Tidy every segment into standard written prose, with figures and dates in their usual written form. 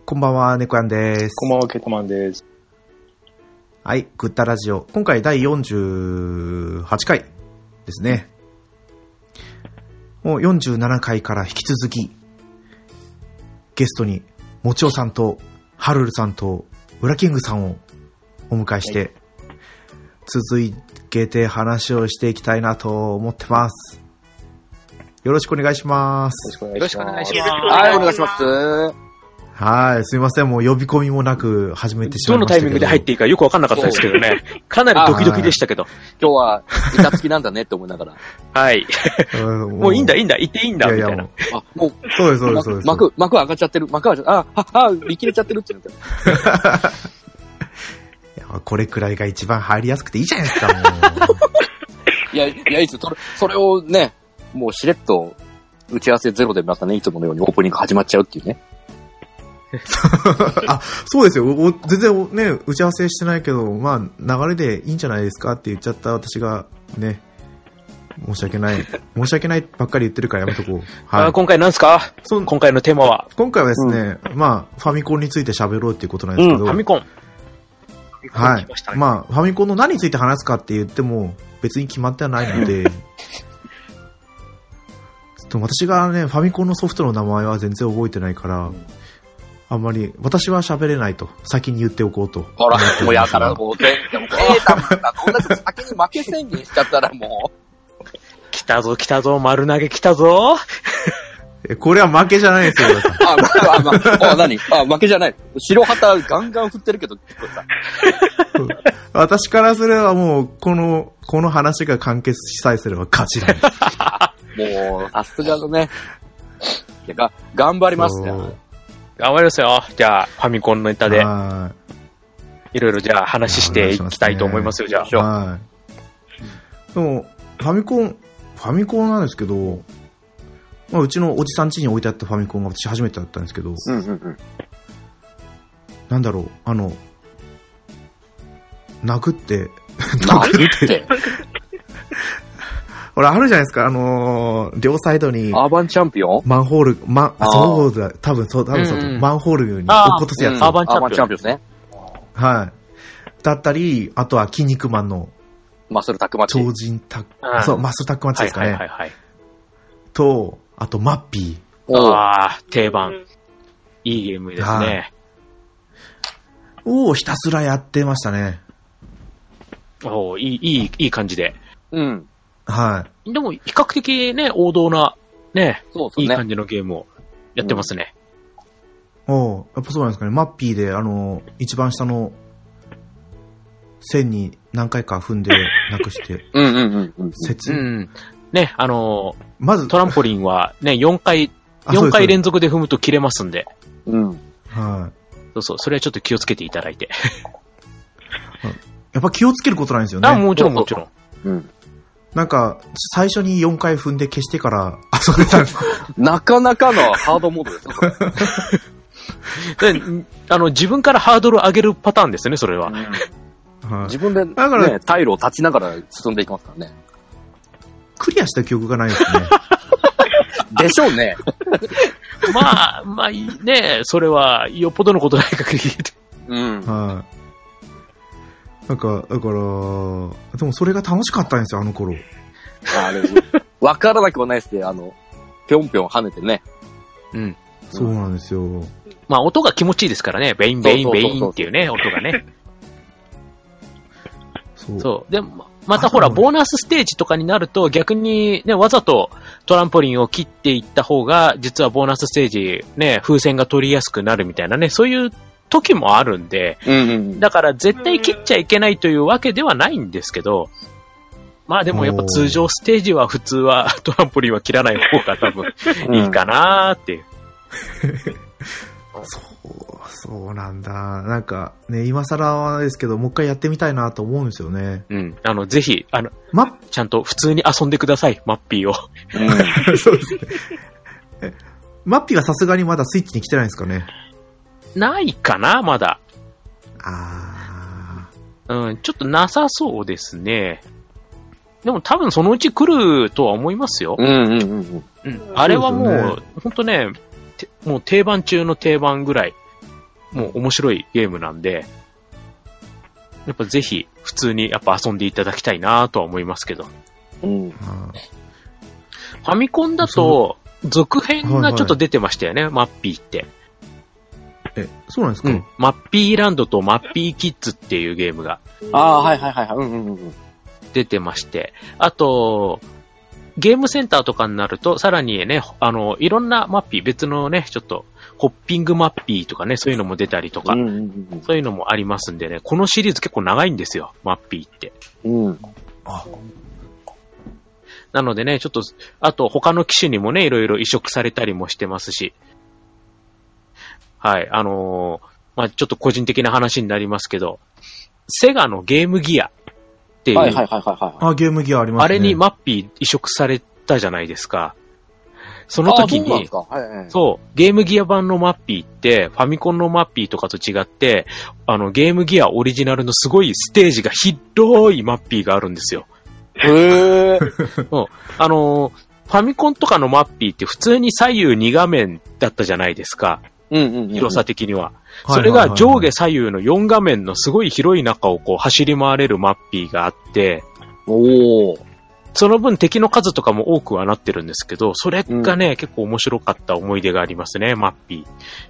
こんばんは、猫やんです。 こんばんは、ケトマンです。 はい、グッタラジオ。今回第48回ですね。もう47回から引き続き、ゲストに、もちおさんと、はるるさんと、ウラキングさんをお迎えして、はい、続けて話をしていきたいなと思ってます。よろしくお願いします。 よろしくお願いします。 はい、お願いします。 はい、すいません。もう呼び込みもなく始めてしまいましたけど。 どのタイミングで入っていいかよくわかんなかったですけどね。かなりドキドキでしたけど。今日は板付きなんだねって思いながら。はい。もういいんだ、言っていいんだ、みたいな。あ、もう。 そうです、そうです、そうです。 幕上がっちゃってる。見切れちゃってるって言ってる。 いや、これくらいが一番入りやすくていいじゃないですか、もう。 いや、いいですよ。それをね、もうしれっと打ち合わせゼロでまたね、いつものようにオープニング始まっちゃうっていうね。 あ、そうですよ。全然ね、打ち合わせしてないけど、まあ、流れでいいんじゃないですかって言っちゃった私が、ね、申し訳ないばっかり言ってるからやめとこう。 はい。今回なんすか？今回のテーマは？ 今回はですね、まあ、ファミコンについて喋ろうっていうことなんですけど。 ファミコン。 はい。まあ、ファミコンの何について話すかって言っても、別に決まってはないので、私がね、ファミコンのソフトの名前は全然覚えてないから、あんまり、私は喋れないと、先に言っておこうと。 ほら、もうやから、もう、こんな先に負け宣言しちゃったらもう。来たぞ、丸投げ来たぞ。 これは負けじゃないですよ。 負けじゃない。白旗ガンガン振ってるけど、 私からすればもう、この話が完結しさえすれば勝ちなんです。 もう、さすがのね。頑張りますね。頑張りますよ。じゃあ、ファミコンのネタで。いろいろじゃあ話していきたいと思いますよ、じゃあ。 はい。でも、ファミコンなんですけど、まあ、うちのおじさん家に置いてあったファミコンが私初めてだったんですけど、なんだろう、殴ってほら、あるじゃないですか、両サイドに。 アーバンチャンピオンマンホール、そうだ、多分そう、マンホールに落っことすやつ。 アーバンチャンピオンですね。 はい。だったり、あとは筋肉マンの。 マッスルタックマッチ。 超人タック、そう、マッスルタックマッチですかね。 はい。 と、あと、マッピー。定番。いいゲームですね。 ひたすらやってましたね。 いい感じで。 はい。 でも、比較的ね、王道な、ね、いい感じのゲームをやってますね。 やっぱそうなんですかね。マッピーで、一番下の線に何回か踏んでなくして。 ね、まず、トランポリンはね、4回連続で踏むと切れますんで。 はい。 そう、それはちょっと気をつけていただいて。 やっぱ気をつけることなんですよね。 もちろん。 なんか、最初に4回踏んで消してから遊んでたんです。 なかなかのハードモードですね。自分からハードルを上げるパターンですね、それは。自分で、ね、退路を立ちながら進んでいきますからね。 クリアした記憶がないですね。 でしょうね。まあ、ね、それは、よっぽどのことない限り。 はい。だから、でもそれが楽しかったんですよ、あの頃。わからなくはないですね、ぴょんぴょん跳ねてね。 そうなんですよ。 まあ、音が気持ちいいですからね、ベインベインベインっていうね、音がね。そう。でも、またほら、ボーナスステージとかになると、逆にね、わざとトランポリンを切っていった方が、実はボーナスステージ、ね、風船が取りやすくなるみたいなね、そういう時もあるんで、だから絶対切っちゃいけないというわけではないんですけど、まあでもやっぱ通常ステージは普通はトランポリンは切らない方が多分いいかなーっていう。 そうなんだ。なんかね、今更はですけど、もう一回やってみたいなと思うんですよね。 ぜひ、ちゃんと普通に遊んでください、マッピーを。 そうですね。マッピーはさすがにまだスイッチに来てないんですかね。 ないかな、まだ。ちょっとなさそうですね。でも多分そのうち来るとは思いますよ。あれはもう、ほんとね、もう定番中の定番ぐらいもう面白いゲームなんで、やっぱぜひ普通にやっぱ遊んでいただきたいなとは思いますけど。 うん。 ファミコンだと、続編がちょっと出てましたよね、はいはい、マッピーって。 そうなんですか、 マッピーランドとマッピーキッズっていうゲームが。 はいはいはい。うんうんうん。 出てまして。あと、ゲームセンターとかになると、さらにね、いろんなマッピー、別のね、ちょっと、ホッピングマッピーとかね、そういうのも出たりとか、そういうのもありますんでね、このシリーズ結構長いんですよ、マッピーって。 うん。 なのでね、ちょっと、あと他の機種にもね、いろいろ移植されたりもしてますし、はい、まあ、ちょっと個人的な話になりますけど、セガのゲームギアっていう、 はいはいはいはい。 ゲームギアありますね。 あれにマッピー移植されたじゃないですか。その時に、そう、ゲームギア版のマッピーって、ファミコンのマッピーとかと違って、ゲームギアオリジナルのすごいステージが広いマッピーがあるんですよ。 へー。 ファミコンとかのマッピーって普通に左右2画面だったじゃないですか。広さ的には。それが上下左右の4画面のすごい広い中をこう走り回れるマッピーがあって、その分敵の数とかも多くはなってるんですけど、それがね、結構面白かった思い出がありますね、マッピ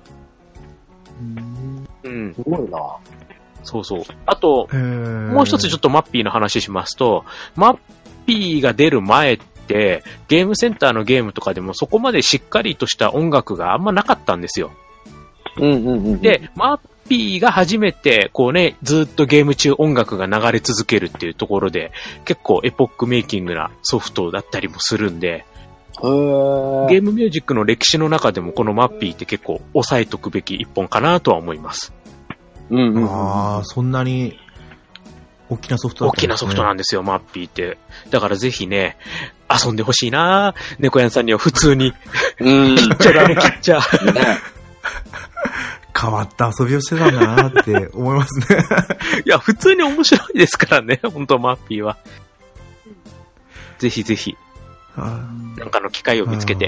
ー。 すごいな。 そうそう。あと、もう一つちょっとマッピーの話しますと、マッピーが出る前って、ゲームセンターのゲームとかでもそこまでしっかりとした音楽があんまなかったんですよ。で、マッピーが初めて、こうね、ずっとゲーム中音楽が流れ続けるっていうところで、結構エポックメイキングなソフトだったりもするんで、ゲームミュージックの歴史の中でもこのマッピーって結構押さえとくべき一本かなとは思います。 そんなに大きなソフトだったんですね。大きなソフトなんですよ、マッピーって。だからぜひね、遊んでほしいな猫やんさんには普通に。切っちゃダメ、切っちゃ。変わった遊びをしてたんだなって思いますね。 いや、普通に面白いですからね、本当マッピーは。ぜひぜひ。なんかの機会を見つけて。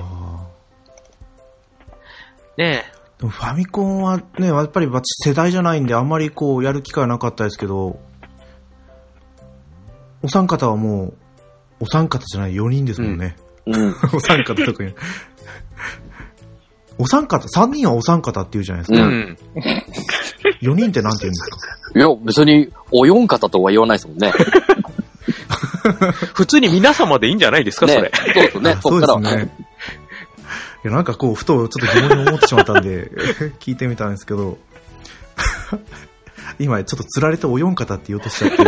ねえ。 でもファミコンはね、やっぱり私世代じゃないんであんまりこうやる機会はなかったですけど、お三方はもう、お三方じゃない4人ですもんね。お三方とか言う。お三方、3人はお三方って言うじゃないですか。4人ってなんて言うんですか？ いや、別にお四方とは言わないですもんね。 普通に皆様でいいんじゃないですか、それ。 そうですね。 そうですね。いや、なんかこう、ふとちょっと疑問に思ってしまったんで、聞いてみたんですけど、今ちょっと釣られてお四方って言おうとしちゃって。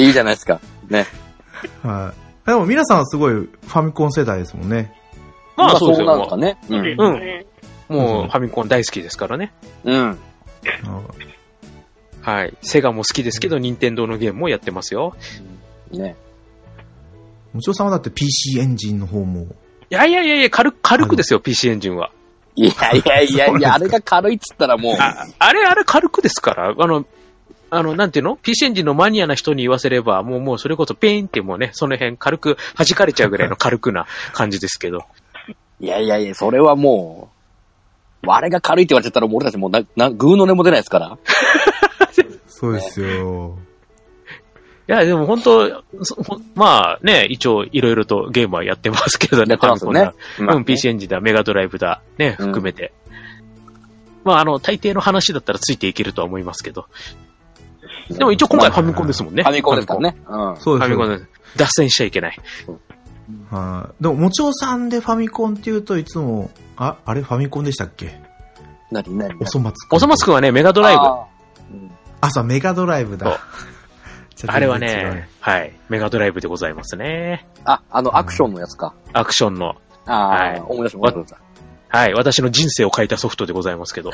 いいじゃないですか。ね。 はい。でも皆さんはすごいファミコン世代ですもんね。 まあそうですよ。 なんかね。 もうファミコン大好きですからね。はい。セガも好きですけど、任天堂のゲームもやってますよ。 ね。 もちろさんはだって PC エンジンの方も。 いや、軽くですよ、PC エンジンは。 いや、あれが軽いっつったらもう。 あれ軽くですから。なんていうの ?PC エンジンのマニアな人に言わせれば、もうそれこそペーンってもうね、その辺軽く弾かれちゃうぐらいの軽くな感じですけど。 いや、それはもう、あれが軽いって言われちゃったら俺たちもうグーの音も出ないですから。 そうですよ。 いや、でも本当、まあね、一応いろいろとゲームはやってますけどね、ファミコンだ。PC エンジンだ、メガドライブだ、ね、含めて。まあ大抵の話だったらついていけるとは思いますけど。でも一応今回ファミコンですもんね。 ファミコンですからね。 そうです。 ファミコンです。脱線しちゃいけない。 でも、もちおさんでファミコンって言うといつも、あれファミコンでしたっけ？ 何おそ松くん。 おそ松くんはね、メガドライブ。 そう、メガドライブだ。 あれはね、はい、メガドライブでございますね。 アクションのやつか。 アクションの。 はい。思い出しました。 はい、私の人生を変えたソフトでございますけど。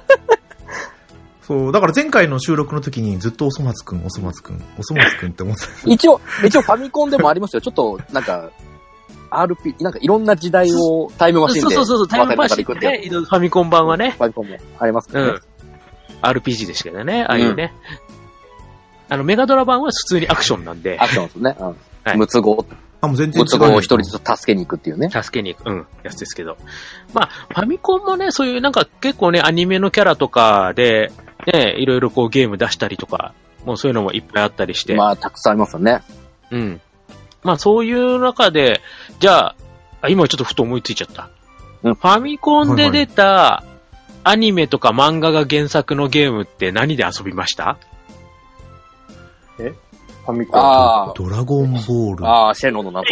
そう、だから前回の収録の時にずっとおそ松くんって思ってた。 一応ファミコンでもありますよ。ちょっと、なんか、RP、なんかいろんな時代をタイムマシンで。 そう、タイムマシンでね、ファミコン版はね。 ファミコンもありますからね。 RPG でしたけどね、ああいうね。メガドラ版は普通にアクションなんで。 アクションですね。ムツゴ。 もう全然違う。 そこを一人ずつ助けに行くっていうね。 助けに行く、やつですけど。まあ、ファミコンもね、そういうなんか結構ね、アニメのキャラとかで、ね、いろいろこうゲーム出したりとか、もうそういうのもいっぱいあったりして。 まあ、たくさんありますよね。 うん。まあ、そういう中で、じゃあ、今ちょっとふと思いついちゃった。ファミコンで出たアニメとか漫画が原作のゲームって何で遊びました？ ファミコン。 ドラゴンボール。 シェノの謎。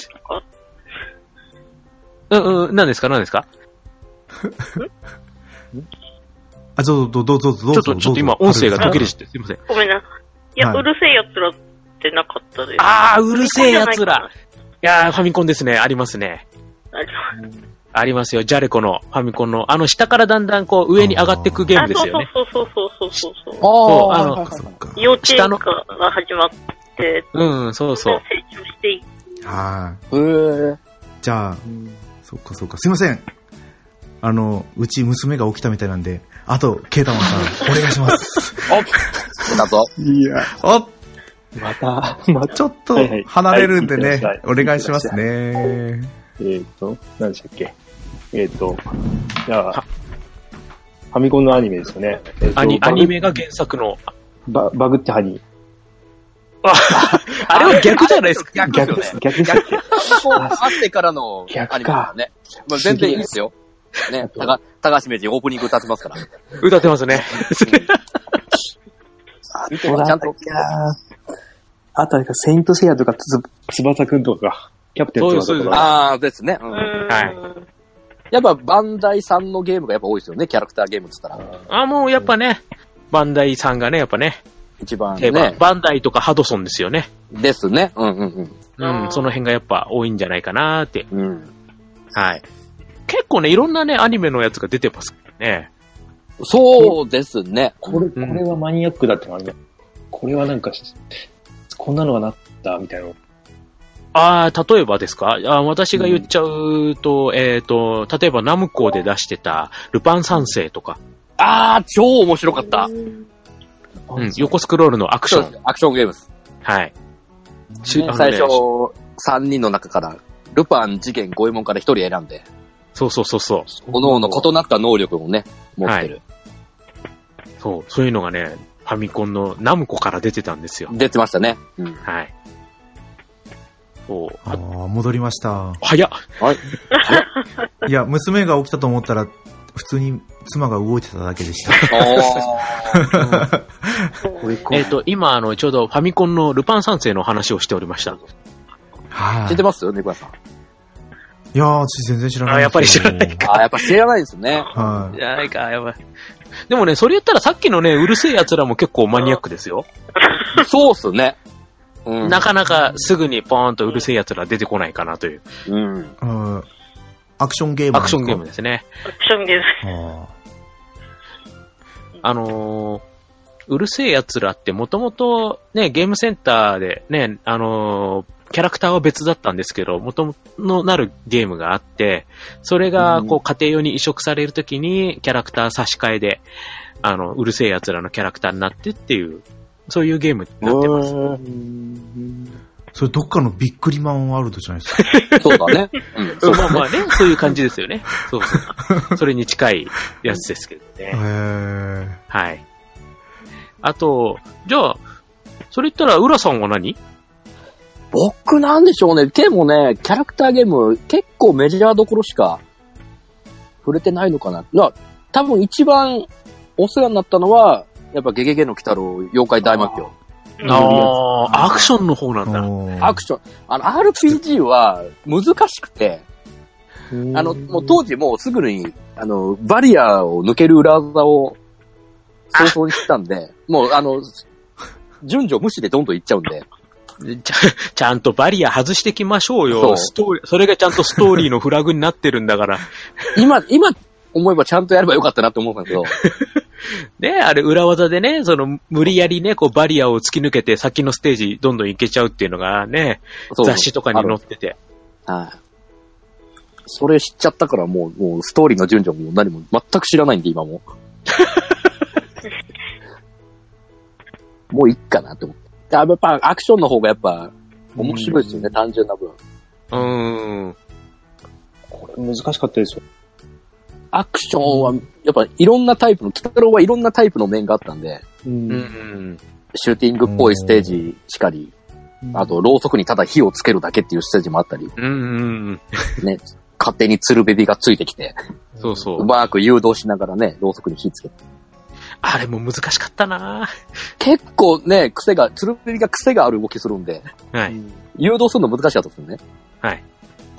何ですか？ どうぞ。 ちょっと今音声が途切れちゃって、すいません。 ごめんなさい。いや、うるせえ奴らってなかったです。 うるせえ奴ら。いやー、ファミコンですね。ありますね。ありますよ。ジャレコのファミコンの、下からだんだんこう上に上がっていくゲームですよね。 そう。幼稚園から始まって、 そう。 成長していく。 じゃあ、そうか。すいません。うち娘が起きたみたいなんで、あと、ケータマンさん、お願いします。 だぞ。 いや。 また、ちょっと離れるんでね、お願いしますね。 何でしたっけ？じゃあ、ファミコンのアニメですよね。 アニメが原作の。 バグってハニー。 あれは逆じゃないですか。 逆でしたっけ？ あってからのアニメだね。まあ、全然いいですよ。ね、高橋名人オープニング歌ってますから。 歌ってますね。 見てもちゃんと。 あとセイントセイヤとか翼くんとか、キャプテン翼とか。 ですね。 はい。 やっぱバンダイさんのゲームがやっぱ多いですよね、キャラクターゲームって言ったら。 もうやっぱね、バンダイさんがね、やっぱね。 一番ね。 バンダイとかハドソンですよね。 ですね。その辺がやっぱ多いんじゃないかなーって。はい。結構ね、いろんなね、アニメのやつが出てますね。 そうですね。 これはマニアックだってのあるね。これはなんか、こんなのがなったみたいな。 例えばですか？私が言っちゃうと、例えばナムコで出してた、ルパン三世とか。 超面白かった。 横スクロールのアクション。 アクションゲームです。 はい。 最初、3人の中から、ルパン、次元、五右衛門から1人選んで。 そう。 各々異なった能力をね、持ってる。 そういうのがね、ファミコンのナムコから出てたんですよ。 出てましたね。 はい。 戻りました。 早っ。 いや、娘が起きたと思ったら、普通に妻が動いてただけでした。 今、ちょうどファミコンのルパン三世の話をしておりました。 知ってますよ、猫屋さん。 いやー、私全然知らない。 やっぱり知らないか。 やっぱ知らないですね。 じゃないか、やばい。でもね、それ言ったらさっきのね、うるせえ奴らも結構マニアックですよ。 そうっすね。 なかなかすぐにポーンとうるせえ奴ら出てこないかなという。 アクションゲーム。 アクションゲームですね。 アクションゲーム。うるせえ奴らってもともとね、ゲームセンターでね、キャラクターは別だったんですけど、元のなるゲームがあって、それがこう家庭用に移植されるときにキャラクター差し替えで、うるせえ奴らのキャラクターになってっていう、そういうゲームになってます。 それどっかのビックリマンワールドじゃないですか。 そうだね。 まあね、そういう感じですよね。そう。それに近いやつですけどね。はい。あと、じゃあ、それ言ったら、浦さんは何？ 僕なんでしょうね。でもね、キャラクターゲーム結構メジャーどころしか触れてないのかな。多分一番お世話になったのは、やっぱゲゲゲの鬼太郎妖怪大魔教。 アクションの方なんだ。 アクション。RPG は難しくて、もう当時もうすぐに、バリアを抜ける裏技を早々にしたんで、もう順序無視でどんどんいっちゃうんで。 ちゃんとバリア外してきましょうよ。それがちゃんとストーリーのフラグになってるんだから。 今思えばちゃんとやればよかったなって思うんだけど。 ね、あれ裏技でね、無理やりね、こうバリアを突き抜けて先のステージどんどん行けちゃうっていうのがね、雑誌とかに載ってて。はい。 それ知っちゃったからもうストーリーの順序も何も全く知らないんで今も。もういいかなって思って。やっぱアクションの方がやっぱ面白いですよね、単純な分。 これ難しかったですよ。 アクションは、やっぱいろんなタイプの、北太郎はいろんなタイプの面があったんで、シューティングっぽいステージしかり、あと、ろうそくにただ火をつけるだけっていうステージもあったり、ね、勝手にツルベビがついてきて、 そうそう。 うまく誘導しながらね、ろうそくに火つけて。 あれも難しかったな結構ね、ツルベビが癖がある動きするんで、 はい。 誘導するの難しかったですよね。 はい。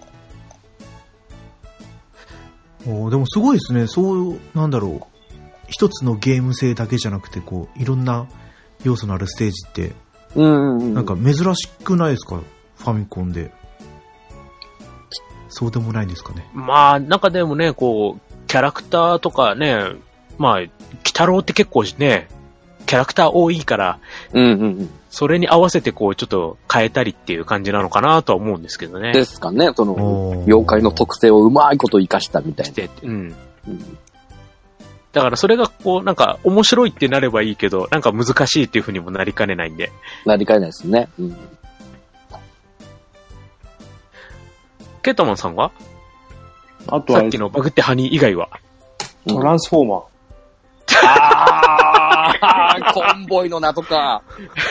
でもすごいですね。そう、なんだろう。一つのゲーム性だけじゃなくて、こう、いろんな要素のあるステージって、なんか珍しくないですか？ファミコンで。そうでもないんですかね。 まあ、なんかでもね、こう、キャラクターとかね、まあ、鬼太郎って結構ね、キャラクター多いから、それに合わせてこう、ちょっと変えたりっていう感じなのかなとは思うんですけどね。 ですかね、その、妖怪の特性をうまいこと活かしたみたいな。 だからそれがこう、なんか面白いってなればいいけど、なんか難しいっていう風にもなりかねないんで。 なりかねないですね。 ケータマンさんはあとはさっきのバグってハニー以外はトランスフォーマー。 コンボイの謎か。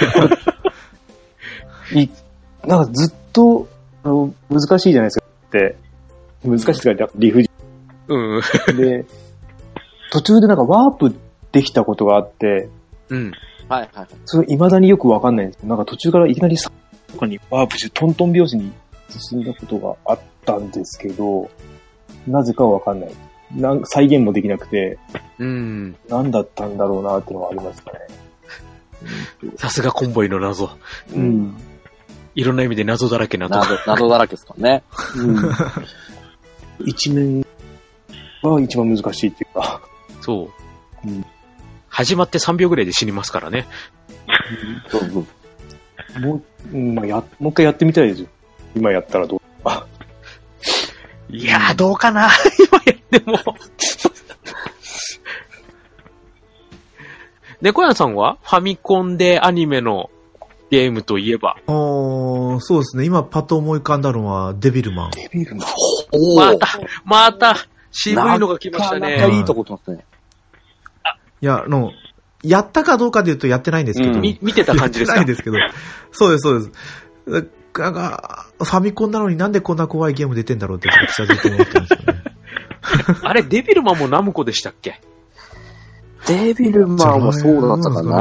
なんかずっと、難しいじゃないですかって。難しいってか、理不尽。で、途中でなんかワープできたことがあって、それ未だによくわかんないんですけど、なんか途中からいきなり3とかにワープしてトントン拍子に進んだことがあったんですけど、なぜかわかんない。再現もできなくて、何だったんだろうなっていうのがありますかね。 さすがコンボイの謎。いろんな意味で謎だらけなとこ。 謎だらけですからね。 一面が一番難しいっていうか。 そう。始まって3秒ぐらいで死にますからね。 もう一回やってみたいですよ。今やったらどうか。 いやー、どうかな今やっても。猫屋さんはファミコンでアニメのゲームといえば。 そうですね。今パッと思い浮かんだのはデビルマン。 デビルマン。 また、渋いのが来ましたね。 なかなかいいとこ来ますね。 いや、やったかどうかで言うとやってないんですけど。 見てた感じですか？ やってないんですけど。そうです、そうです。なんか、ファミコンなのになんでこんな怖いゲーム出てんだろうって近づいて思ってるんですよね。 あれ、デビルマンもナムコでしたっけ？ デビルマンはそうだったかな。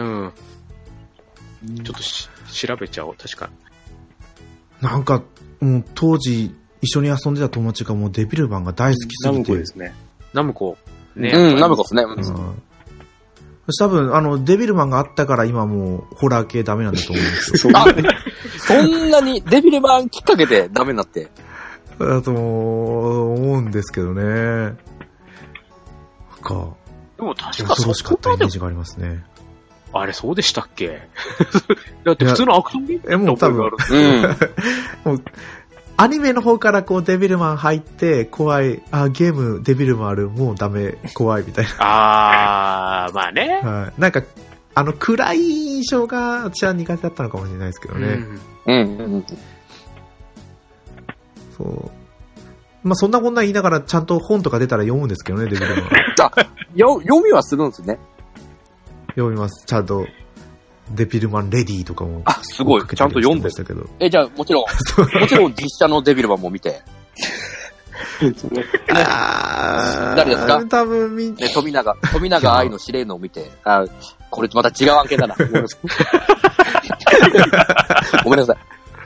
ちょっと調べちゃおう、確か。 なんか、もう当時一緒に遊んでた友達がもうデビルマンが大好きすぎて。 ナムコですね。 ナムコ。 ね。ナムコですね。 多分、デビルマンがあったから今もうホラー系ダメなんだと思うんですよ。 そんなにデビルマンきっかけでダメになって。 だと思うんですけどね。なんか、でも確か恐ろしかったイメージがありますね。 あれ、そうでしたっけ？だって普通のアクションゲームもう多分、もうアニメの方からこうデビルマン入って怖い、ゲームデビルマンある、もうダメ、怖いみたいな。 まあね。 はい。なんか、暗い印象が私は苦手だったのかもしれないですけどね。そう。まあそんなこんな言いながらちゃんと本とか出たら読むんですけどね、デビルマン。 読みはするんですね。 読みます。ちゃんと、デビルマンレディとかも。 すごい。ちゃんと読んでたけど。 じゃあもちろん実写のデビルマンも見て。誰ですか？ 多分富永愛の司令のを見て、これまた違う案件だな。ごめんなさい。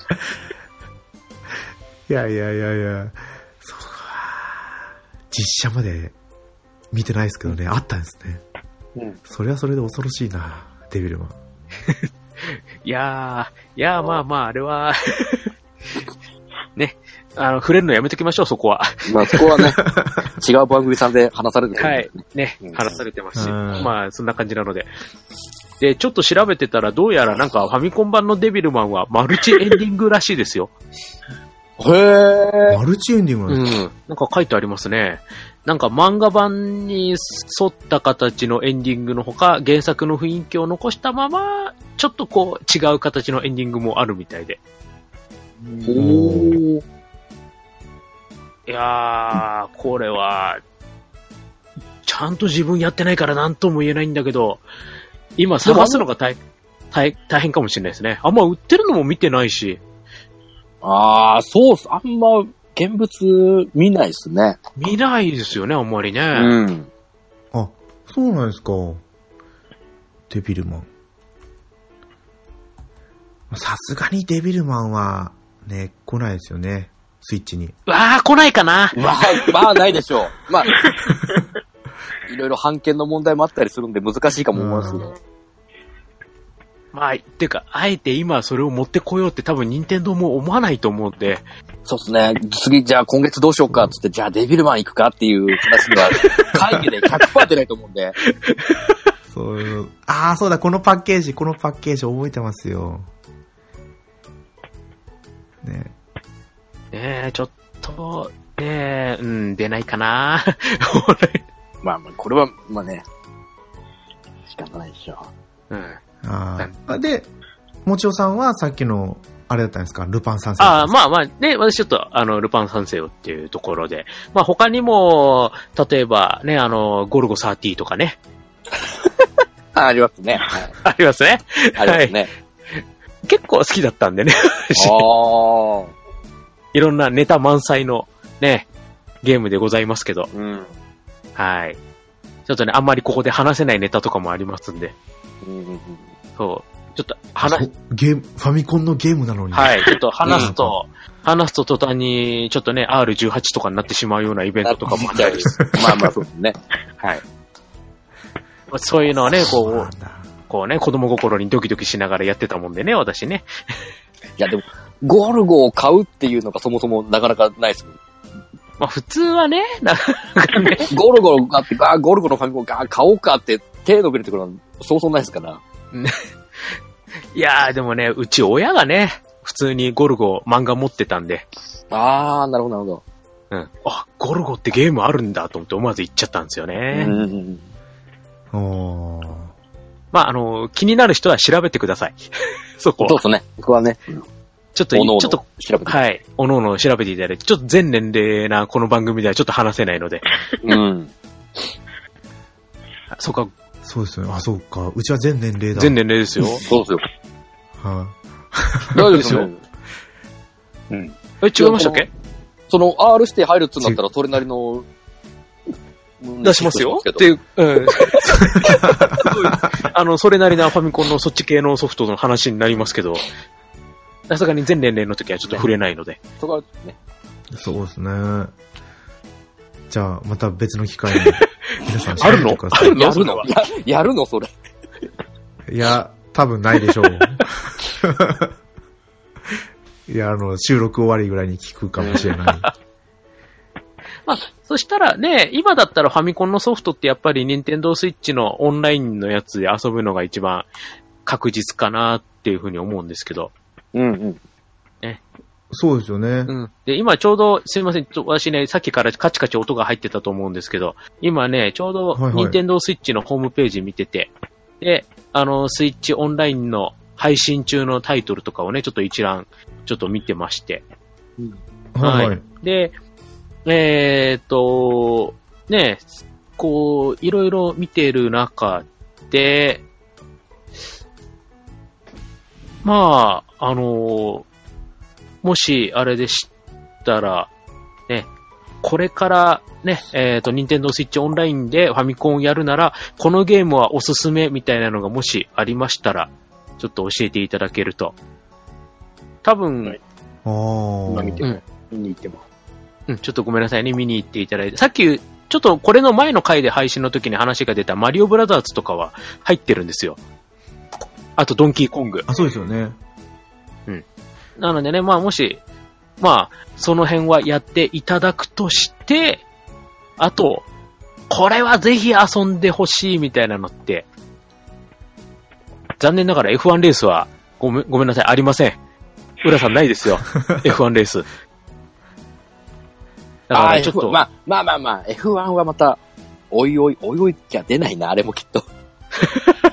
いや。そうか。実写まで見てないですけどね、あったんですね。それはそれで恐ろしいな、デビルマン。 いや、まあ、あれは、ね、触れるのやめときましょう、そこは。 まあ、そこはね、違う番組さんで話されてる。 はい、ね、話されてますし、まあ、そんな感じなので。で、ちょっと調べてたら、どうやらなんかファミコン版のデビルマンはマルチエンディングらしいですよ。 へー。 マルチエンディングなんですか？ なんか書いてありますね。なんか漫画版に沿った形のエンディングのほか、原作の雰囲気を残したまま、ちょっとこう違う形のエンディングもあるみたいで。 おー。 いやー、これは、ちゃんと自分やってないから何とも言えないんだけど、今探すのが大変かもしれないですね。あんま売ってるのも見てないし。 あー、そうっす。あんま現物見ないっすね。 見ないですよね、あんまりね。 うん。 あ、そうなんですか。デビルマン。さすがにデビルマンはね、来ないですよね。スイッチに。 わー、来ないかな。 まあないでしょう。まあ、いろいろ版権の問題もあったりするんで難しいかも思いますけど。 まあ、てか、あえて今それを持ってこようって多分任天堂も思わないと思うんで。 そうですね。次、じゃあ今月どうしようかっつって、じゃあデビルマン行くかっていう話には、会議で 100% 出ないと思うんで。 そういう、そうだ、このパッケージ覚えてますよ。ねえ、ちょっと、出ないかな。 まあ、これは、まあね、仕方ないでしょう。 うん。 で、もちおさんはさっきの、あれだったんですか、ルパン三世。 まあ、ね、私ちょっと、ルパン三世をっていうところで、まあ他にも、例えばね、ゴルゴ30とかね。 ありますね。 ありますね。 ありますね。はい、 結構好きだったんでね。いろんなネタ満載のね、ゲームでございますけど。 うん。 はい。ちょっとね、あんまりここで話せないネタとかもありますんで。そう。ちょっとファミコンのゲームなのに。 はい。ちょっと話すと途端に、ちょっとね、R18 とかになってしまうようなイベントとかもあったり。 まあそうですね。はい。 そういうのはね、こうね、子供心にドキドキしながらやってたもんでね、私ね。 いやでも、ゴルゴを買うっていうのがそもそもなかなかないです。 まあ普通はね、なんかね。 ゴルゴがあって、ゴルゴのファミコン買おうかって手伸びるってことはそうそうないですから。 いやーでもね、うち親がね、普通にゴルゴ漫画持ってたんで。 なるほどなるほど。 うん。ゴルゴってゲームあるんだと思って思わず言っちゃったんですよね。まあ気になる人は調べてください。そこは。 そうですね。僕はね。 ちょっと調べて。 はい。おのおの調べていただいて、ちょっと全年齢なこの番組ではちょっと話せないので。 うん。 そうか。そうですよね。そうか。うちは全年齢だ。 全年齢ですよ。 そうですよ。 大丈夫ですよ。うん。違いましたっけ？ その R 指定入るってなったらそれなりの出しますよっていう、それなりなファミコンのそっち系のソフトの話になりますけど、さすがに全年齢の時はちょっと触れないので。 そこはね。 そうですね。じゃあ、また別の機会に、皆さん調べてください。 やるのそれ。 いや、多分ないでしょう。いや、収録終わりぐらいに聞くかもしれない。 まあ、そしたらね、今だったらファミコンのソフトってやっぱり任天堂スイッチのオンラインのやつで遊ぶのが一番確実かなっていうふうに思うんですけど。 うんうん。 ね。そうですよね。 うん。で、今ちょうど、すいません、私ね、さっきからカチカチ音が入ってたと思うんですけど、今ね、ちょうど任天堂スイッチのホームページ見てて、で、スイッチオンラインの配信中のタイトルとかをね、ちょっと一覧、ちょっと見てまして。 うん、はい。 で、ね、こう、いろいろ見てる中で、まあ、もし、あれでしたら、ね、これからね、任天堂スイッチオンラインでファミコンをやるなら、このゲームはおすすめみたいなのがもしありましたら、ちょっと教えていただけると。多分、はい、 今見に行ってます。 ちょっとごめんなさいね、見に行っていただいて。さっき、ちょっとこれの前の回で配信の時に話が出たマリオブラザーズとかは入ってるんですよ。あとドンキーコング。 そうですよね。 うん。なのでね、まあもし、まあ、その辺はやっていただくとして、あと、これはぜひ遊んでほしいみたいなのって、残念ながら F1 レースはごめんなさい、ありません。浦さんないですよ。F1 レース。だからちょっと。 まあ、F1 はまた、おいおいきゃ出ないな、あれもきっと。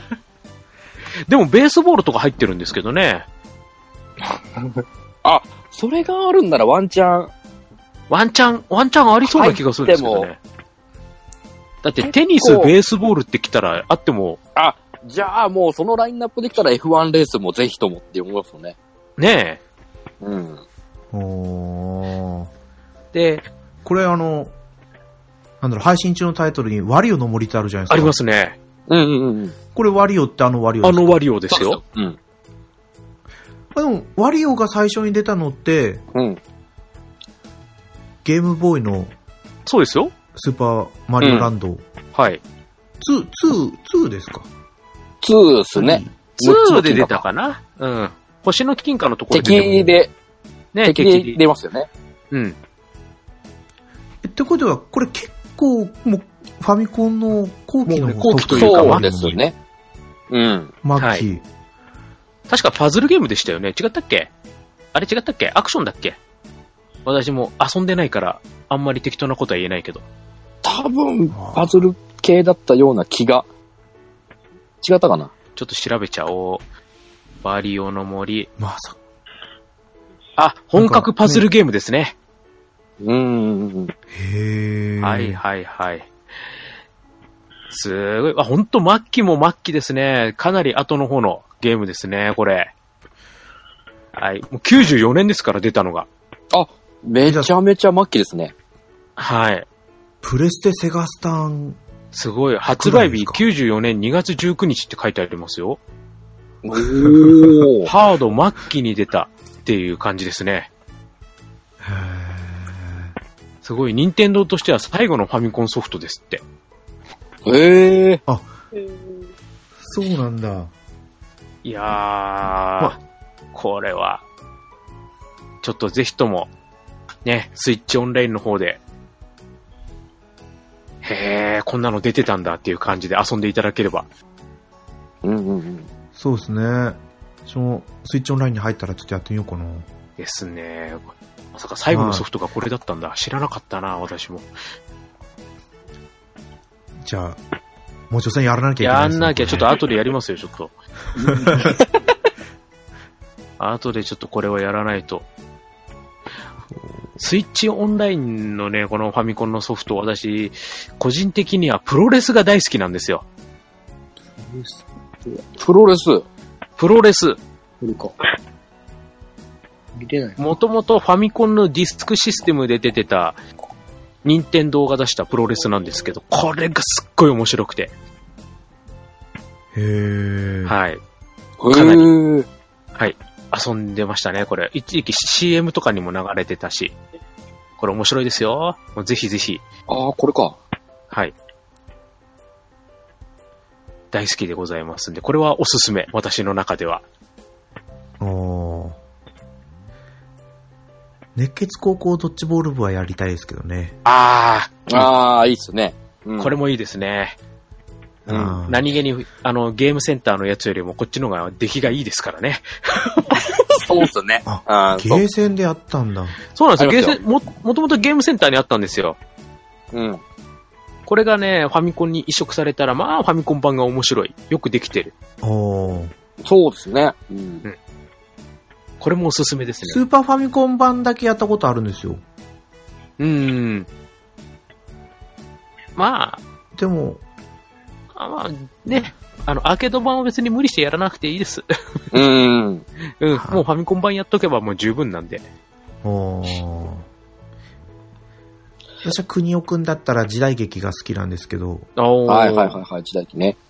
でもベースボールとか入ってるんですけどね。 それがあるんならワンチャンありそうな気がするんですけどね。だってテニス、ベースボールって来たらあっても。 じゃあもうそのラインナップできたら F1 レースもぜひともって思いますよね。 ねえ。うん。 で、 これ配信中のタイトルにワリオの森ってあるじゃないですか。 ありますね。 これワリオってワリオですか？ ワリオですよ。 うん。 でも、ワリオが最初に出たのって、ゲームボーイの、 そうですよ。 スーパーマリオランド。 はい。 2ですか？ 2ですね。 2で出たかな？星の金貨のところで敵で出ますよね。 ってことは、これ結構、もう、ファミコンの後期の後期というか、 そうですね。 末期。 確かパズルゲームでしたよね。違ったっけ？あれ違ったっけ？アクションだっけ？私も遊んでないから、あんまり適当なことは言えないけど。 多分、パズル系だったような気が。違ったかな？ ちょっと調べちゃおう。ワリオの森。 まさか。本格パズルゲームですね。 へー。 はい。すごい。ほんと末期も末期ですね。かなり後の方のゲームですね、これ。はい。もう94年ですから、出たのが。 めちゃめちゃ末期ですね。 はい。 プレステセガスタン。 すごい。発売日94年2月19日って書いてありますよ。ハード末期に出たっていう感じですね。すごい、任天堂としては最後のファミコンソフトですって。 そうなんだ。 いやー、これは、ちょっとぜひとも、ね、スイッチオンラインの方で、こんなの出てたんだっていう感じで遊んでいただければ。 そうですね。スイッチオンラインに入ったらちょっとやってみようかな。 ですね。まさか最後のソフトがこれだったんだ。知らなかったな、私も。 じゃあ、もうちょっとやらなきゃいけないですね。 やんなきゃ、ちょっと後でやりますよ、ちょっと。後でちょっとこれはやらないと。スイッチオンラインのね、このファミコンのソフト、私、個人的にはプロレスが大好きなんですよ。 プロレス。見れない。 もともとファミコンのディスクシステムで出てた、任天堂が出したプロレスなんですけど、これがすっごい面白くて。はい。かなり。はい。遊んでましたね、これ。一時期 CM とかにも流れてたし。これ面白いですよ。もうぜひぜひ。 これか。 はい。大好きでございますんで、これはおすすめ。私の中では。 熱血高校ドッジボール部はやりたいですけどね。 いいっすね。 これもいいですね。何気に、ゲームセンターのやつよりもこっちの方が出来がいいですからね。 そうっすね。 ゲーセンであったんだ。 そうなんですよ。もともとゲームセンターにあったんですよ。これがね、ファミコンに移植されたら、ファミコン版が面白い。よくできてる。 そうですね。 これもおすすめですね。 スーパーファミコン版だけやったことあるんですよ。でも、 ね、アーケード版は別に無理してやらなくていいです。もうファミコン版やっとけばもう十分なんで。 私は国尾くんだったら時代劇が好きなんですけど。 時代劇ね。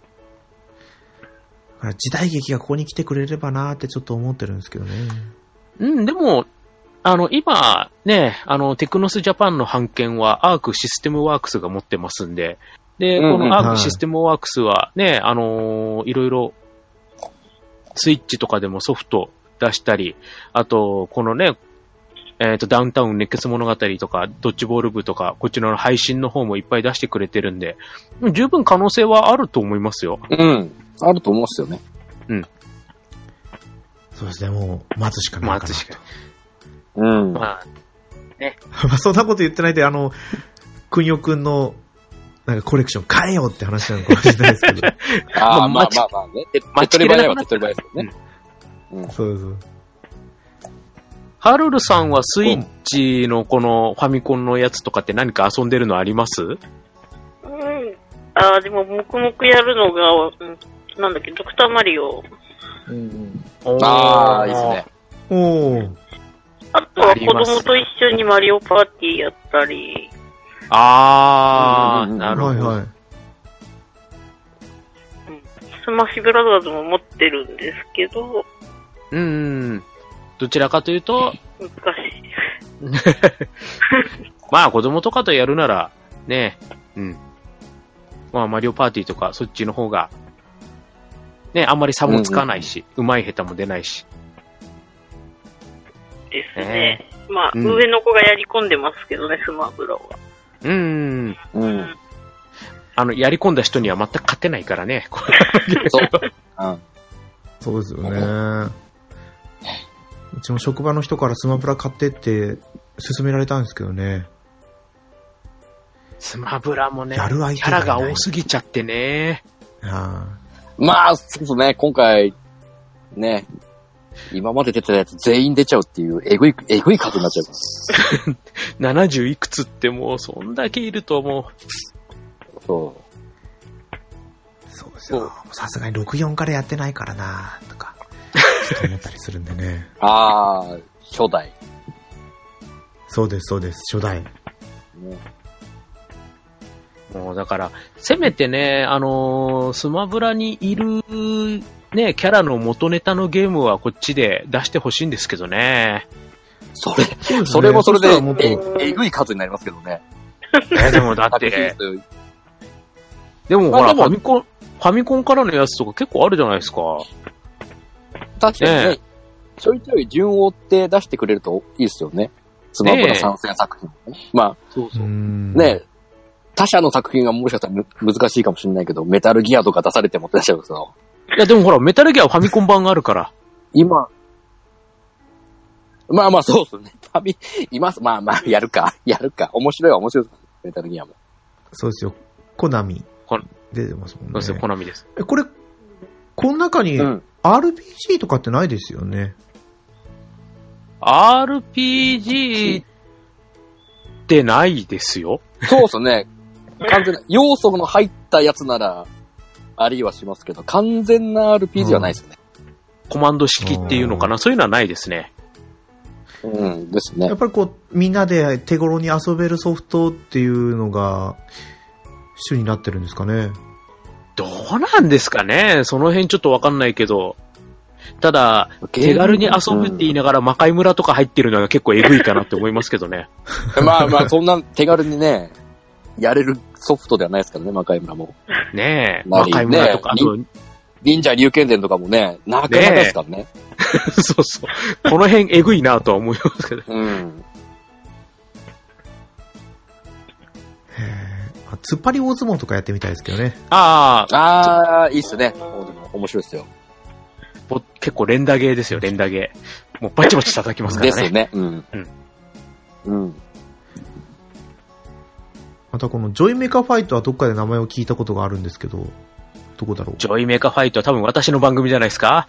時代劇がここに来てくれればなーってちょっと思ってるんですけどね。 でも、今、ね、テクノスジャパンの版権はアークシステムワークスが持ってますんで、で、このアークシステムワークスはね、いろいろ、スイッチとかでもソフト出したり、あと、このね、ダウンタウン熱血物語とか、ドッジボール部とか、こっちの配信の方もいっぱい出してくれてるんで、十分可能性はあると思いますよ。 あると思うんですよね。 そうですね、もう、待つしかないかなと。 待つしかない。ね。 そんなこと言ってないで、国尾くんの、なんかコレクション変えようって話なのかもしれないですけど。 ね。手っ取り早いは手っ取り早いですよね。 そう。 ハルルさんはスイッチのこのファミコンのやつとかって何か遊んでるのあります？ でも、黙々やるのが、なんだっけ、ドクターマリオ。 ああ、いいですね。 あとは子供と一緒にマリオパーティーやったり。 なるほど。 はいはい。 スマッシュブラザーズも持ってるんですけど。 どちらかというと、 難しい。 まあ子供とかとやるなら、ね、まあマリオパーティーとかそっちの方が、ね、あんまり差もつかないし、うまい下手も出ないし。 ですね。まあ、上の子がやり込んでますけどね、スマブラは。 やり込んだ人には全く勝てないからね。 そうですよね。うちも職場の人からスマブラ買ってって勧められたんですけどね。 スマブラもね、キャラが多すぎちゃってね。 まあ、そうですね、今回、ね、今まで出てたやつ全員出ちゃうっていう、えぐい数になっちゃいます。 70いくつってもう、そんだけいるともう。 そうですよ。さすがに64からやってないからなとか、ちょっと思ったりするんでね。 初代。 そうです、初代。 もうだから、せめてね、スマブラにいる、ね、キャラの元ネタのゲームはこっちで出してほしいんですけどね。 それもそれで、えぐい数になりますけどね。 でもだって、でもほら、ファミコンからのやつとか結構あるじゃないですか。 確かにね、ちょいちょい順を追って出してくれるといいですよね。スマブラ参戦作品。まあ、ね、他社の作品はもしかしたら難しいかもしれないけど、メタルギアとか出されても出しちゃうけど。 いやでもほら、メタルギアはファミコン版があるから。 今、まあまあそうですね。まあ、やるか。面白いは面白いです。メタルギアも。 そうですよ。コナミ。出てますもんね。 そうですよ、コナミです。 これ、この中に RPG とかってないですよね。 RPG ってないですよ。 そうですね。完全な、要素の入ったやつなら、ありはしますけど、完全な RPG はないですよね。 コマンド式っていうのかな、そういうのはないですね。 ですね。 やっぱりこう、みんなで手頃に遊べるソフトっていうのが、主になってるんですかね。 どうなんですかね、その辺ちょっとわかんないけど。ただ、手軽に遊ぶって言いながら魔界村とか入ってるのが結構エグいかなって思いますけどね。 まあ、そんな手軽にね、やれるソフトではないですからね、魔界村も。 ねえ、魔界村とか。 忍者竜剣伝とかもね、なかなかですからね。 そうそう。この辺エグいなとは思いますけど。 突っ張り大相撲とかやってみたいですけどね。 いいっすね。面白いっすよ。 結構連打ゲーですよ、連打ゲー。もうバチバチ叩きますからね。 ですよね。 またこのジョイメカファイトはどっかで名前を聞いたことがあるんですけど、どこだろう。 ジョイメカファイトは多分私の番組じゃないですか。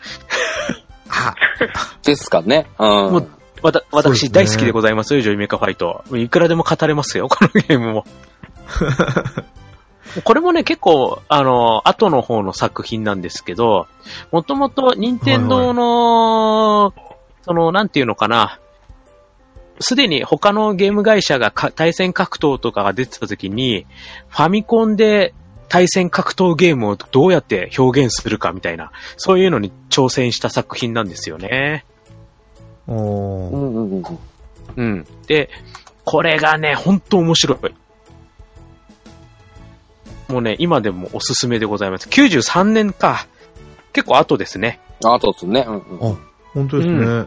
ですかね。 もう私大好きでございますよ、ジョイメカファイト。いくらでも語れますよ、このゲームも。これもね、結構、後の方の作品なんですけど、もともと任天堂の、なんていうのかな、すでに他のゲーム会社が対戦格闘とかが出てた時に、ファミコンで対戦格闘ゲームをどうやって表現するかみたいな、そういうのに挑戦した作品なんですよね。で、これがね、ほんと面白い。もうね、今でもおすすめでございます。93年か。結構後ですね。 後ですね。 本当ですね。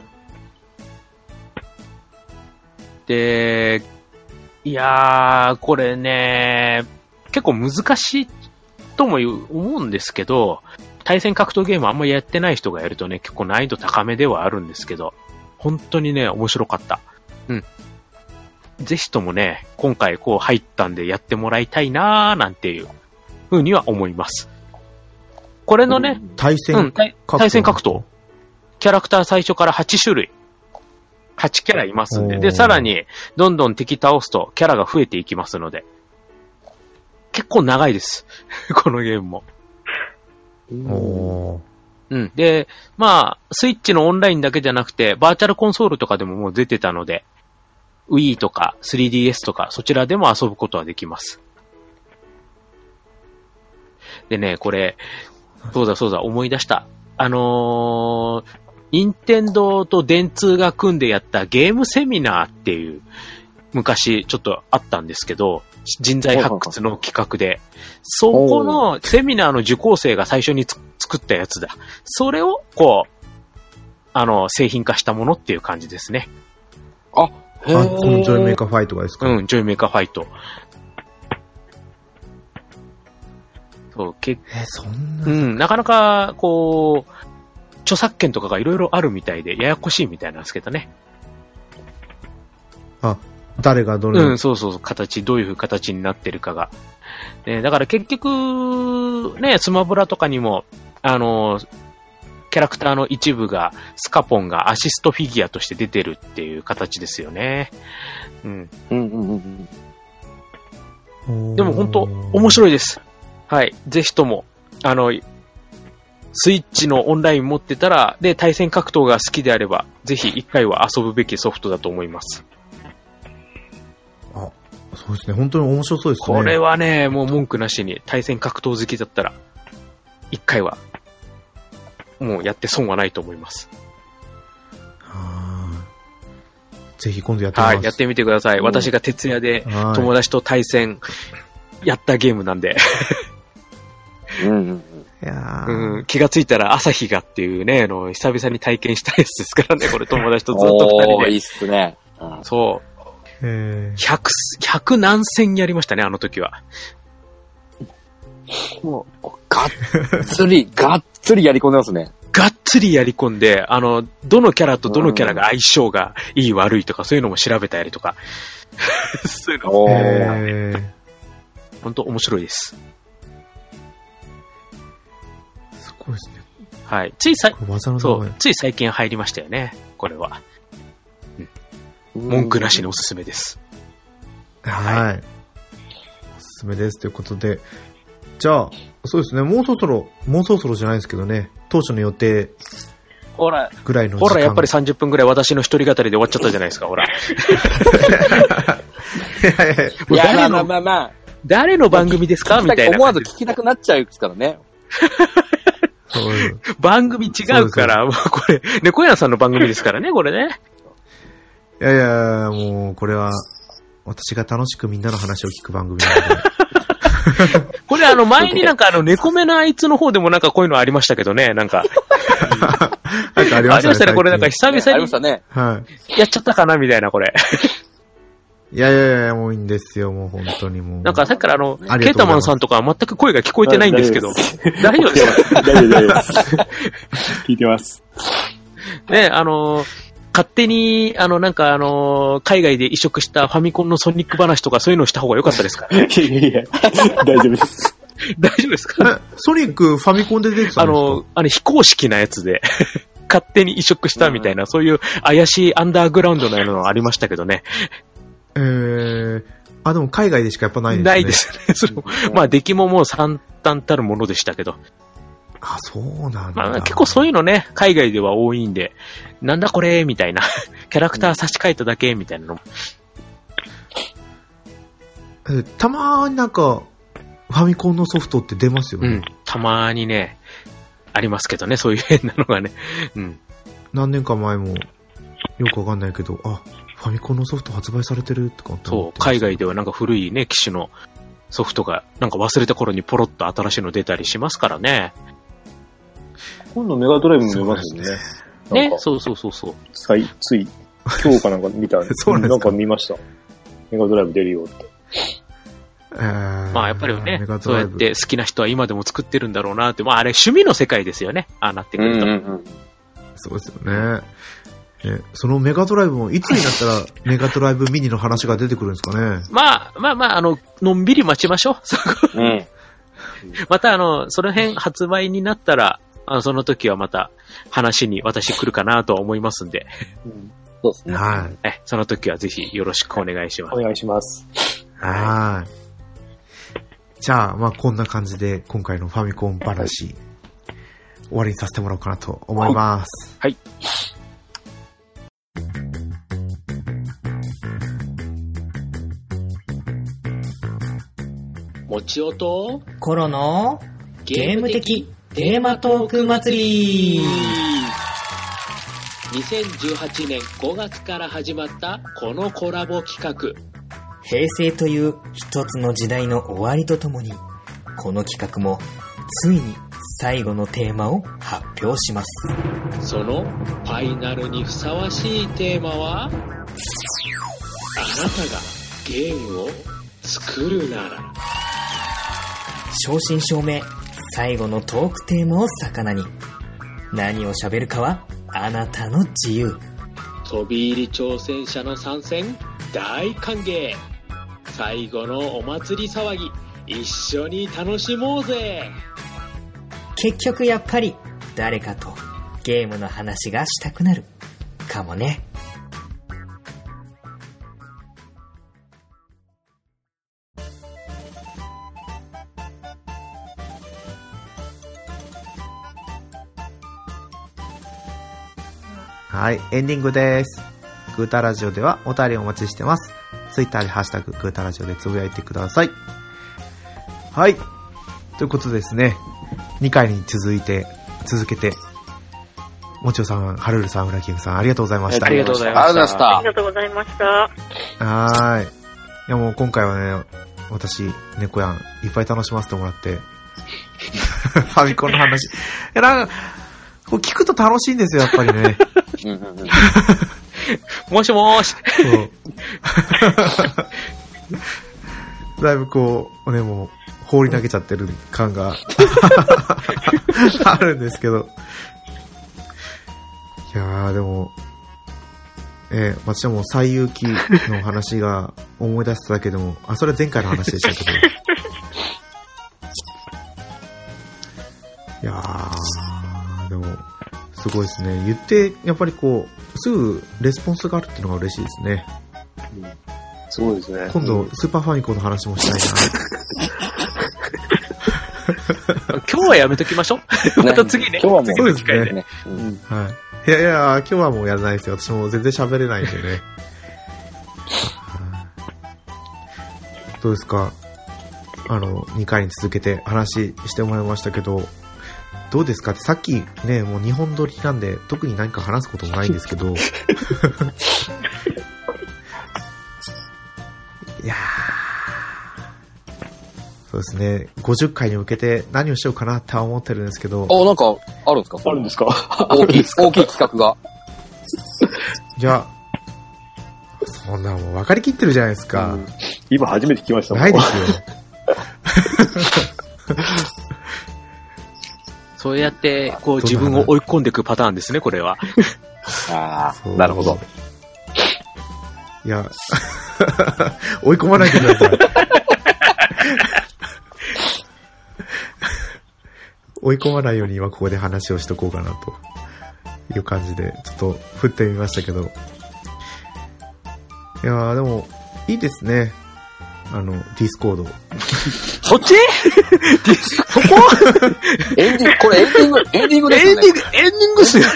で、いやー、これね、結構難しいとも思うんですけど、対戦格闘ゲームあんまりやってない人がやるとね、結構難易度高めではあるんですけど、本当にね、面白かった。ぜひともね、今回こう入ったんでやってもらいたいなーなんていう風には思います。これのね、 対戦格闘キャラクター最初から8種類 8キャラいますんで、で、さらに、どんどん敵倒すとキャラが増えていきますので、結構長いです。このゲームも。うん。で、まあ、スイッチのオンラインだけじゃなくて、バーチャルコンソールとかでももう出てたので、Wii とか 3DS とか、そちらでも遊ぶことはできます。でね、これ、そうだ、思い出した。任天堂と電通が組んでやったゲームセミナーっていう、昔ちょっとあったんですけど、人材発掘の企画で、そこのセミナーの受講生が最初に作ったやつだ。それを、こう、製品化したものっていう感じですね。 あ、へー。 このジョイメーカーファイトがですか？ うん、ジョイメーカーファイト。そう、 そんな。 うん、なかなか、こう、著作権とかがいろいろあるみたいで、ややこしいみたいなんですけどね。 誰がどれ、 うん、そう、どういう形になってるかが。ね、だから結局、ね、スマブラとかにも、キャラクターの一部が、スカポンがアシストフィギュアとして出てるっていう形ですよね。うん。でも本当面白いです。はい。ぜひとも、スイッチのオンライン持ってたら、で、対戦格闘が好きであれば、ぜひ一回は遊ぶべきソフトだと思います。 そうですね。本当に面白そうですね。 これはね、もう文句なしに対戦格闘好きだったら、一回は、もうやって損はないと思います。 ぜひ今度やってみます。 はい、やってみてください。私が徹夜で友達と対戦やったゲームなんで。気がついたら朝日がっていうね、久々に体験したやつですからね、これ友達とずっと二人で。 いいっすね。 そう。100何戦やりましたね、あの時は。 もう、がっつりやり込んでますね。 がっつりやり込んで、どのキャラとどのキャラが相性がいい悪いとか、そういうのも調べたりとか。そういうの。本当面白いです。 すごいですね。 はい。つい最近入りましたよね、これは。文句なしにおすすめです。 はい。おすすめですということで、じゃあ、そうですね、もうそろそろじゃないですけどね、当初の予定ぐらいの時間。 ほら、やっぱり30分ぐらい私の一人語りで終わっちゃったじゃないですか、ほら。 いや、まあ。 誰の番組ですかみたいな。 思わず聞きたくなっちゃうですからね。 番組違うから、もうこれ、猫屋さんの番組ですからね、これね。 いや、もう、これは、私が楽しくみんなの話を聞く番組なので。 これ前に猫目のあいつの方でもこういうのありましたけどね、ありましたね、これ久々に。 ありましたね。 はい。 やっちゃったかなみたいな、これ。 いや、もういいんですよ、もう本当にもう。 さっきからケータマンさんとか全く声が聞こえてないんですけど。大丈夫ですか？ 大丈夫です。聞いてます。 ね、勝手に、海外で移植したファミコンのソニック話とかそういうのをした方が良かったですか？ いや、大丈夫です。 大丈夫ですか？ ソニックファミコンで出てたんですか？ 非公式なやつで、勝手に移植したみたいな、そういう怪しいアンダーグラウンドなのありましたけどね。 でも海外でしかやっぱないですね。 ないですね。まあ、出来ももう惨憺たるものでしたけど。 そうなんだ。 結構そういうのね、海外では多いんで、なんだこれみたいな。キャラクター差し替えただけみたいなの。 たまにファミコンのソフトって出ますよね。 たまにね、ありますけどね、そういう変なのがね。 何年か前も、よくわかんないけど、ファミコンのソフト発売されてるとかってそう、海外では古いね、機種のソフトが、忘れた頃にポロッと新しいの出たりしますからね。 今度メガドライブも出ますよね。 ね、そう。 つい、今日かなんか見た。なんか見ました。メガドライブ出るよって。 まあやっぱりね、そうやって好きな人は今でも作ってるんだろうなって、あれ趣味の世界ですよね。なってくると。 そうですよね。そのメガドライブもいつになったらメガドライブミニの話が出てくるんですかね。 まあ、のんびり待ちましょう。またその辺発売になったら、その時はまた話に私来るかなとは思いますんで。 そうですね。 はい。 その時はぜひよろしくお願いします。 お願いします。 はい。じゃあ、まあこんな感じで今回のファミコン話、終わりにさせてもらおうかなと思います。 はい。もちおとコロのゲーム的テーマトーク祭り。 2018年5月から始まったこのコラボ企画。 平成という一つの時代の終わりとともに、この企画もついに最後のテーマを発表します。 そのファイナルにふさわしいテーマは、あなたがゲームを作るなら。 正真正銘最後のトークテーマを魚に、何を喋るかはあなたの自由。 飛び入り挑戦者の参戦大歓迎。最後のお祭り騒ぎ一緒に楽しもうぜ。 結局やっぱり誰かとゲームの話がしたくなるかもね。 はい、エンディングです。グータラジオではお便りお待ちしてます。ツイッターでハッシュタググータラジオでつぶやいてください。はい。ということでですね、2回に続けて、もちおさん、はるるさん、ウラキングさん、ありがとうございました。 ありがとうございました。 ありがとうございました。 はい。いやもう今回はね、私、猫やん、いっぱい楽しませてもらって、ファミコンの話。いやなんか、こう聞くと楽しいんですよ、やっぱりね。 もしもーし。 そうだいぶこう、ね、もう、放り投げちゃってる感があるんですけど。いやー、でも、私はもう最遊記の話が思い出しただけでも、それは前回の話でしたけど。いやー、でも、すごいですね。言って、やっぱりこう、すぐレスポンスがあるっていうのが嬉しいですね。 すごいですね。 今度、スーパーファミコンの話もしたいな。今日はやめときましょう。また次ね。 今日はもう、そうですね。 はい。 いやいや、今日はもうやらないですよ。私も全然喋れないんでね。どうですか？2回に続けて話してもらいましたけど、どうですかってさっきね、もう2本撮りなんで、特に何か話すこともないんですけど。いやー、そうですね、50回に向けて何をしようかなって思ってるんですけど。 なんか、あるんですか？ あるんですか？ 大きい企画が。 いや、そんなもう分かりきってるじゃないですか。 今初めて聞きましたもん。 ないですよ。 そうやって、こう自分を追い込んでいくパターンですね、これは。 ああ、なるほど。 いや、追い込まないでください。追い込まないように今ここで話をしとこうかなという感じで、ちょっと振ってみましたけど。いやー、でも、いいですね。ディスコード。 そっちそこエンディング、これエンディングですよね。 エンディングっすよ。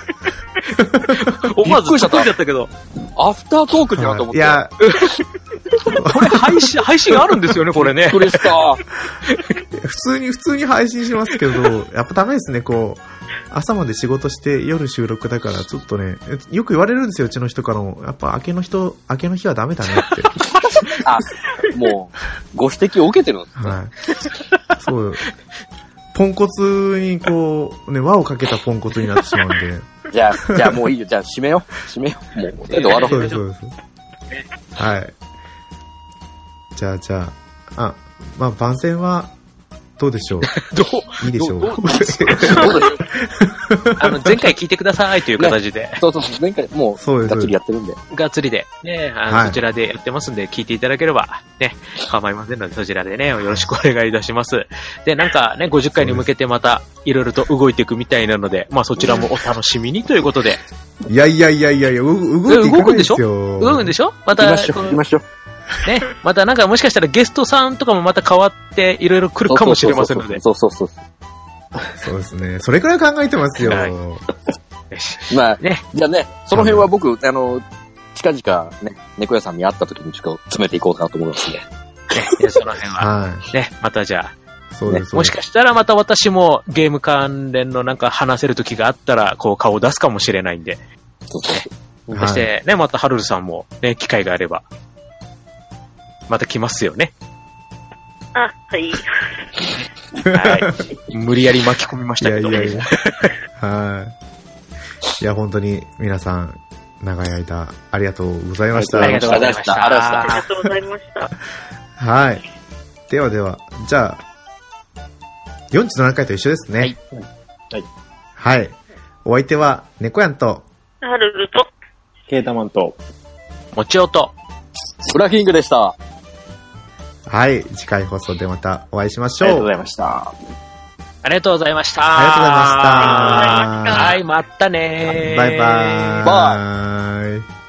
思わず突っ込んじゃったけど。 アフタートークってなと思って。 いや、 これ配信あるんですよね、これね。 びっくりした。 普通に配信しますけど、やっぱダメですね、こう。朝まで仕事して夜収録だからちょっとね、よく言われるんですよ、うちの人からも。やっぱ明けの日はダメだねって。 もう、ご指摘を受けてるんですね。 はい。そう。ポンコツにこう、ね、輪をかけたポンコツになってしまうんで。 じゃあもういいよ。じゃあ締めよう。もう、終わろう。 そうです。はい。じゃあ、まあ、番宣は、どうでしょう？いいでしょう？ 前回聞いてくださいという形で。 そう、前回もう、がっつりやってるんで。 がっつりで。ね、そちらでやってますんで、聞いていただければ、 ね、構いませんので、そちらでね、よろしくお願いいたします。で、なんかね、50回に向けてまた、いろいろと動いていくみたいなので、まあそちらもお楽しみにということで。 いや、動いていくんですよ。 動くんでしょまた、 行きましょう。 ね、またなんかもしかしたらゲストさんとかもまた変わっていろいろ来るかもしれませんので。 そうですね。それくらい考えてますよ。 はい、 まあ、ね。じゃあね、その辺は僕、近々ね、猫屋さんに会った時にちょっと詰めていこうかなと思いますね。 ね、その辺は、ね、またじゃあ、 そうです、 ね、もしかしたらまた私もゲーム関連のなんか話せる時があったら、こう顔を出すかもしれないんで。そしてね、またハルルさんもね、機会があれば、また来ますよね。 あ、はい。 はい。無理やり巻き込みましたけど。 はい。いや、本当に皆さん、長い間、ありがとうございました。 ありがとうございました。 ありがとうございました。 はい。では、じゃあ、47回と一緒ですね。 はい。 はい。お相手は、猫やんと、 ハルルと、 ケータマンと、 もちおと、 ブラキングでした。 はい。次回放送でまたお会いしましょう。 ありがとうございました。 ありがとうございました。 ありがとうございました。 はい、またねー。 バイバーイ。